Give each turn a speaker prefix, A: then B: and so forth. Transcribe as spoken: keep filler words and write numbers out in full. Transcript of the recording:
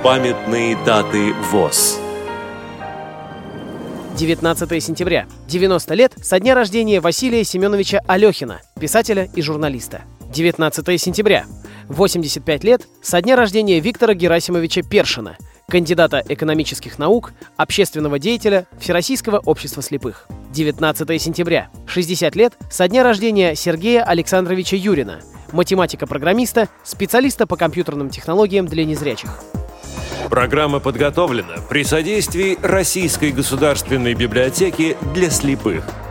A: Памятные даты ВОС.
B: девятнадцатое сентября. девяносто лет со дня рождения Василия Семеновича Алехина, писателя и журналиста. девятнадцатое сентября. восемьдесят пять лет со дня рождения Виктора Герасимовича Першина, кандидата экономических наук, общественного деятеля Всероссийского общества слепых. девятнадцатое сентября. шестьдесят лет со дня рождения Сергея Александровича Юрина, математика-программиста, специалиста по компьютерным технологиям для незрячих.
A: Программа подготовлена при содействии Российской государственной библиотеки для слепых.